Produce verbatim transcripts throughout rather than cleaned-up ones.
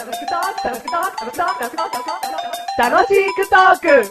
楽しくトーク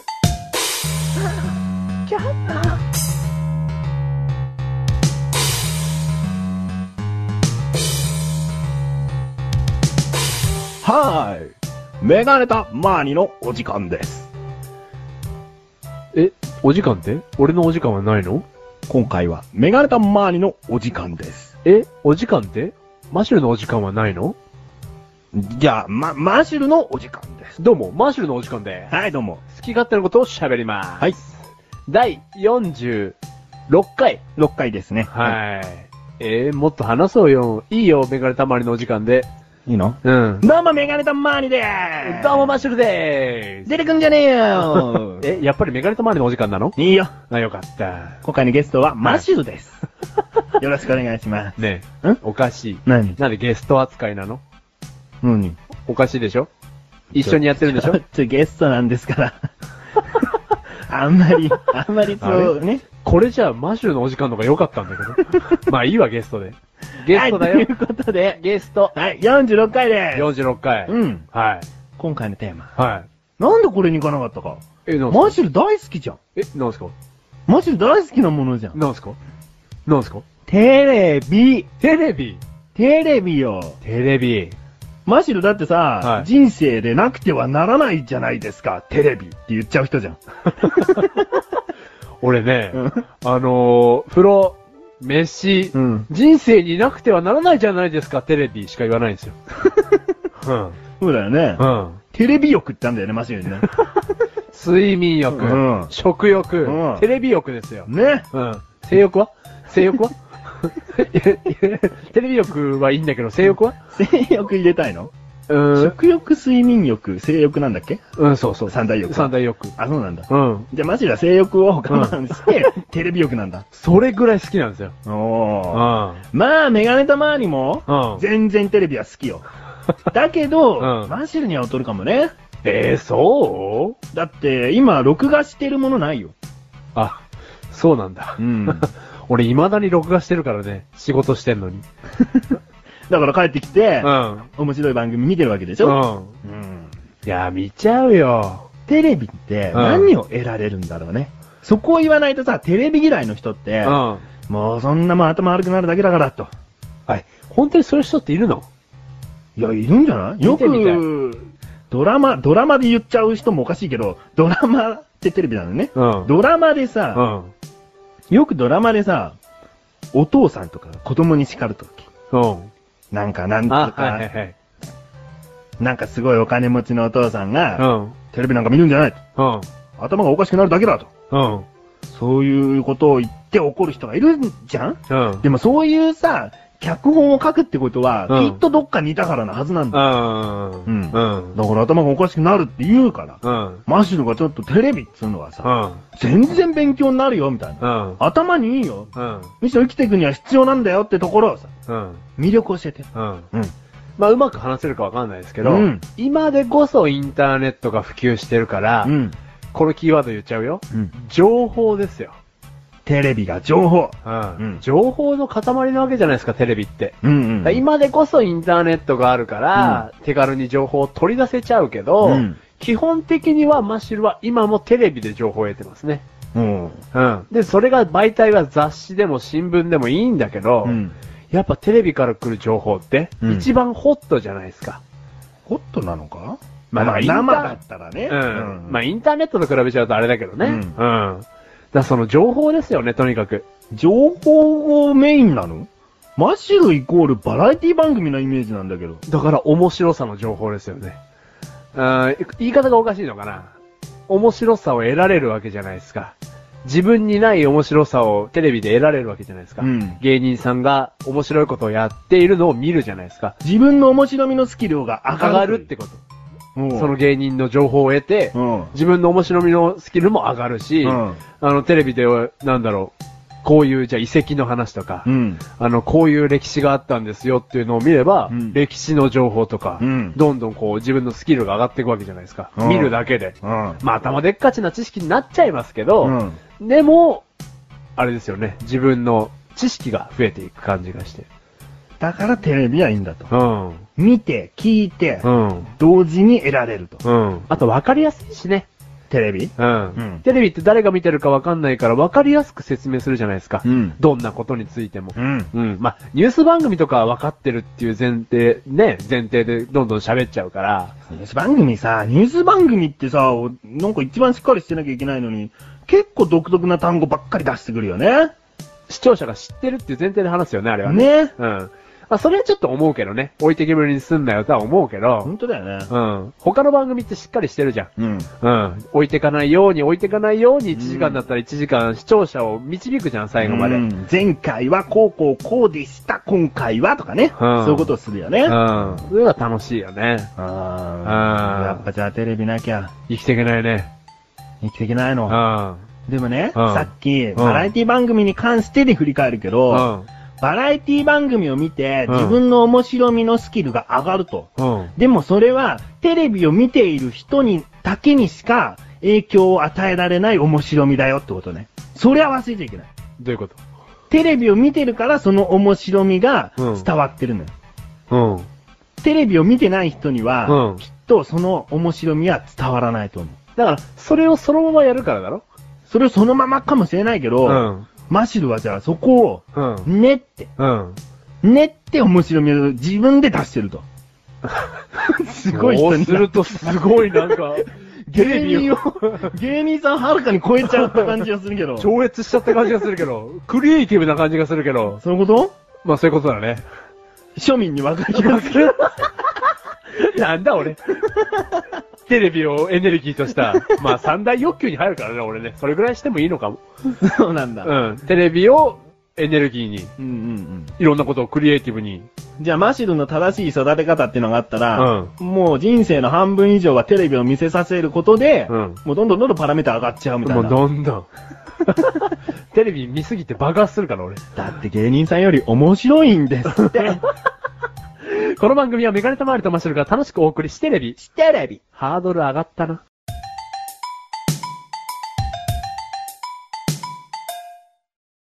はーい。メガネタマーニのお時間です。 え、お時間って俺のお時間はないの？ 今回はメガネタマーニのお時間です。 え、お時間ってマシュルのお時間はないの？ じゃあ、ま、マシュルのお時間です。 どうも、マシュルのお時間で。 はい、どうも。 好き勝手なことを喋ります。 はい。 だいよんじゅうろっかい。 ろっかいですね。 はい。えー、もっと話そうよ。いいよ、メガネたまりのお時間で。 いいの？ うん。 どうも、メガネタマーニでーす。 どうも、マッシュルでーす。 出てくんじゃねえよえ、やっぱりメガネたまりのお時間なの？ いいよ。 あ、よかった。 今回のゲストはマシュルです。よろしくお願いします。 ねえ。 ん？ おかしい。 何？ なんでゲスト扱いなの？ 何？ おかしいでしょ？一緒にやってるんでしょ？ ちょっとゲストなんですから。あんまり、あんまりそうね。 これじゃあマシュルのお時間の方が良かったんだけど。まあいいわ、ゲストで。ゲストだよ。 はい、ということで、 ゲスト。 はい、よんじゅうろっかいでーす。 よんじゅうろっかい。 うん。 はい。 今回のテーマ。 はい。 なんでこれに行かなかったか。 え、なんすか？ マシュル大好きじゃん。 え、なんすか？ マシュル大好きなものじゃん。 なんすか？なんすか？ テレビ。 テレビ。 テレビよ。 テレビ。 マシュルだってさ、 はい、 人生でなくてはならないじゃないですか。テレビって言っちゃう人じゃん。 俺ね、あのー、風呂、飯、うん、人生になくてはならないじゃないですか、テレビしか言わないんですよ。うん、 そうだよね。うん、テレビ欲ってあんだよね、マシュルにね。 睡眠欲、うん、食欲、うん、テレビ欲ですよ。 ね。 うん。性欲は性欲はテレビ欲はいいんだけど、性欲は性欲入れたいの？ うん。 食欲、睡眠欲、性欲なんだっけ？ うん、そうそう。 三大欲。 三大欲。 あ、そうなんだ。 うん。 じゃあマジで性欲を我慢して、うん、テレビ欲なんだ。 それぐらい好きなんですよ。 おー。うん。まあ、メガネたまわりも、うん、全然テレビは好きよ。だけど、うん、マシルには劣るかもね。 えー、そうだって、今、録画してるものないよ。 あ、そうなんだ。 うん。 俺、未だに録画してるからね。仕事してんのに。 だから帰ってきて、 うん。 面白い番組見てるわけでしょ？ うん。うん。いや、見ちゃうよ。 テレビって何を得られるんだろうね。うん、そこを言わないとさ、テレビ嫌いの人って、うん。もうそんなもん頭悪くなるだけだからと。 はい。本当にそういう人っているの？ いや、いるんじゃない？よく、ドラマ、ドラマで言っちゃう人もおかしいけど、ドラマってテレビなのね。うん。ドラマでさ、うん。よくドラマでさ、お父さんとか子供に叱るとき。うん。なんか、なんとか、はいはいはい、なんかすごいお金持ちのお父さんが、うん、テレビなんか見るんじゃないと、うん、頭がおかしくなるだけだと、うん、そういうことを言って怒る人がいるじゃん、うん、でもそういうさ、脚本を書くってことは、うん、きっとどっかにいたからなはずなんだ。うんうんうん、だから頭がおかしくなるって言うから、うん、マシュルがちょっとテレビっつうのはさ、うん、全然勉強になるよみたいな、うん、頭にいいよ、うん、むしろ生きていくには必要なんだよってところをさ、うん、魅力を教えて。うんうん、 まあうまく話せるかわかんないですけど、うん、今でこそインターネットが普及してるから、うん、このキーワード言っちゃうよ、うん、情報ですよ。 テレビが情報、 うんうん。情報の塊なわけじゃないですか、テレビって。うんうん、今でこそインターネットがあるから、うん、手軽に情報を取り出せちゃうけど、うん、基本的にはマシルは今もテレビで情報を得てますね。うんうん、で、それが媒体は雑誌でも新聞でもいいんだけど、うん、やっぱテレビから来る情報って、一番ホットじゃないですか。 ホットなのか？ まあ、まあ、 生だったらね。 うんうん、まあ、インターネットと比べちゃうとあれだけどね。うん。うんだその情報ですよね、とにかく。 情報をメインなの？マシュルイコールバラエティ番組のイメージなんだけど。 だから面白さの情報ですよね。あ言い方がおかしいのかな。面白さを得られるわけじゃないですか。自分にない面白さをテレビで得られるわけじゃないですか。うん、芸人さんが面白いことをやっているのを見るじゃないですか。 自分の面白みのスキルが上がる。 上がるってこと。その芸人の情報を得て、自分の面白みのスキルも上がるし、うん、あの、テレビで、なんだろう、こういう、じゃあ遺跡の話とか、うん、あの、こういう歴史があったんですよっていうのを見れば、うん、歴史の情報とか、うん、どんどんこう、自分のスキルが上がっていくわけじゃないですか。うん、見るだけで。うん、まあ、頭でっかちな知識になっちゃいますけど、うん、でも、あれですよね、自分の知識が増えていく感じがして。 だからテレビはいいんだと。 うん。 見て、聞いて、 うん。 同時に得られると。 うん。あと分かりやすいしね。 テレビうん。うん。テレビって誰が見てるか分かんないから分かりやすく説明するじゃないですか。うん。どんなことについても。うん。うん。まあ、ニュース番組とかは分かってるっていう前提、ね、前提でどんどん喋っちゃうから。 ニュース番組さ、ニュース番組ってさ、なんか一番しっかりしてなきゃいけないのに、結構独特な単語ばっかり出してくるよね。 視聴者が知ってるっていう前提で話すよね、あれはね。 ね。うん。まあ、それはちょっと思うけどね。置いてけぼりにすんなよとは思うけど。 本当だよね。 うん。他の番組ってしっかりしてるじゃん。 うん。 うん。置いてかないように、置いてかないようにいちじかんだったらいちじかん視聴者を導くじゃん、最後まで。うん。 前回はこうこうこうでした、今回はとかね。うん。そういうことをするよね。うん。 それが楽しいよね。 ああ。やっぱじゃあテレビなきゃ。 生きていけないね。 生きていけないの。 うん。 でもね、うん、さっき、バラエティ番組に関してで振り返るけど、うん、バラエティ番組を見て、自分の面白みのスキルが上がると。うん、でもそれは、テレビを見ている人にだけにしか影響を与えられない面白みだよってことね。それは忘れちゃいけない。 どういうこと？ テレビを見てるからその面白みが伝わってるのよ。うん、テレビを見てない人には、うん、きっとその面白みは伝わらないと思う。 だから、それをそのままやるからだろ？ それをそのままかもしれないけど、うん、マシルはじゃあそこを、練って、うん、練って面白みを自分で出してると。すごい人に。 そうするとすごいなんか、 芸人を、芸人さんはるかに超えちゃうって感じがするけど。 超越しちゃった感じがするけど、クリエイティブな感じがするけど。 そういうこと？ まあそういうことだね。 庶民に分かりやすく。 なんだ俺。テレビをエネルギーとした、まあ三大欲求に入るからね、俺ね。それぐらいしてもいいのかも。 そうなんだ。 うん。テレビをエネルギーに。 うんうんうん。 いろんなことをクリエイティブに。 じゃあマシルの正しい育て方っていうのがあったら、うん、もう人生の半分以上はテレビを見せさせることで、うん、もうどんどんどんどんパラメータ上がっちゃうみたいな。 もうどんどん。テレビ見すぎて爆発するから俺。 だって芸人さんより面白いんですって。 この番組はメガネたまわりとマシュルが楽しくお送りしてレビ。 してレビ。 ハードル上がったな。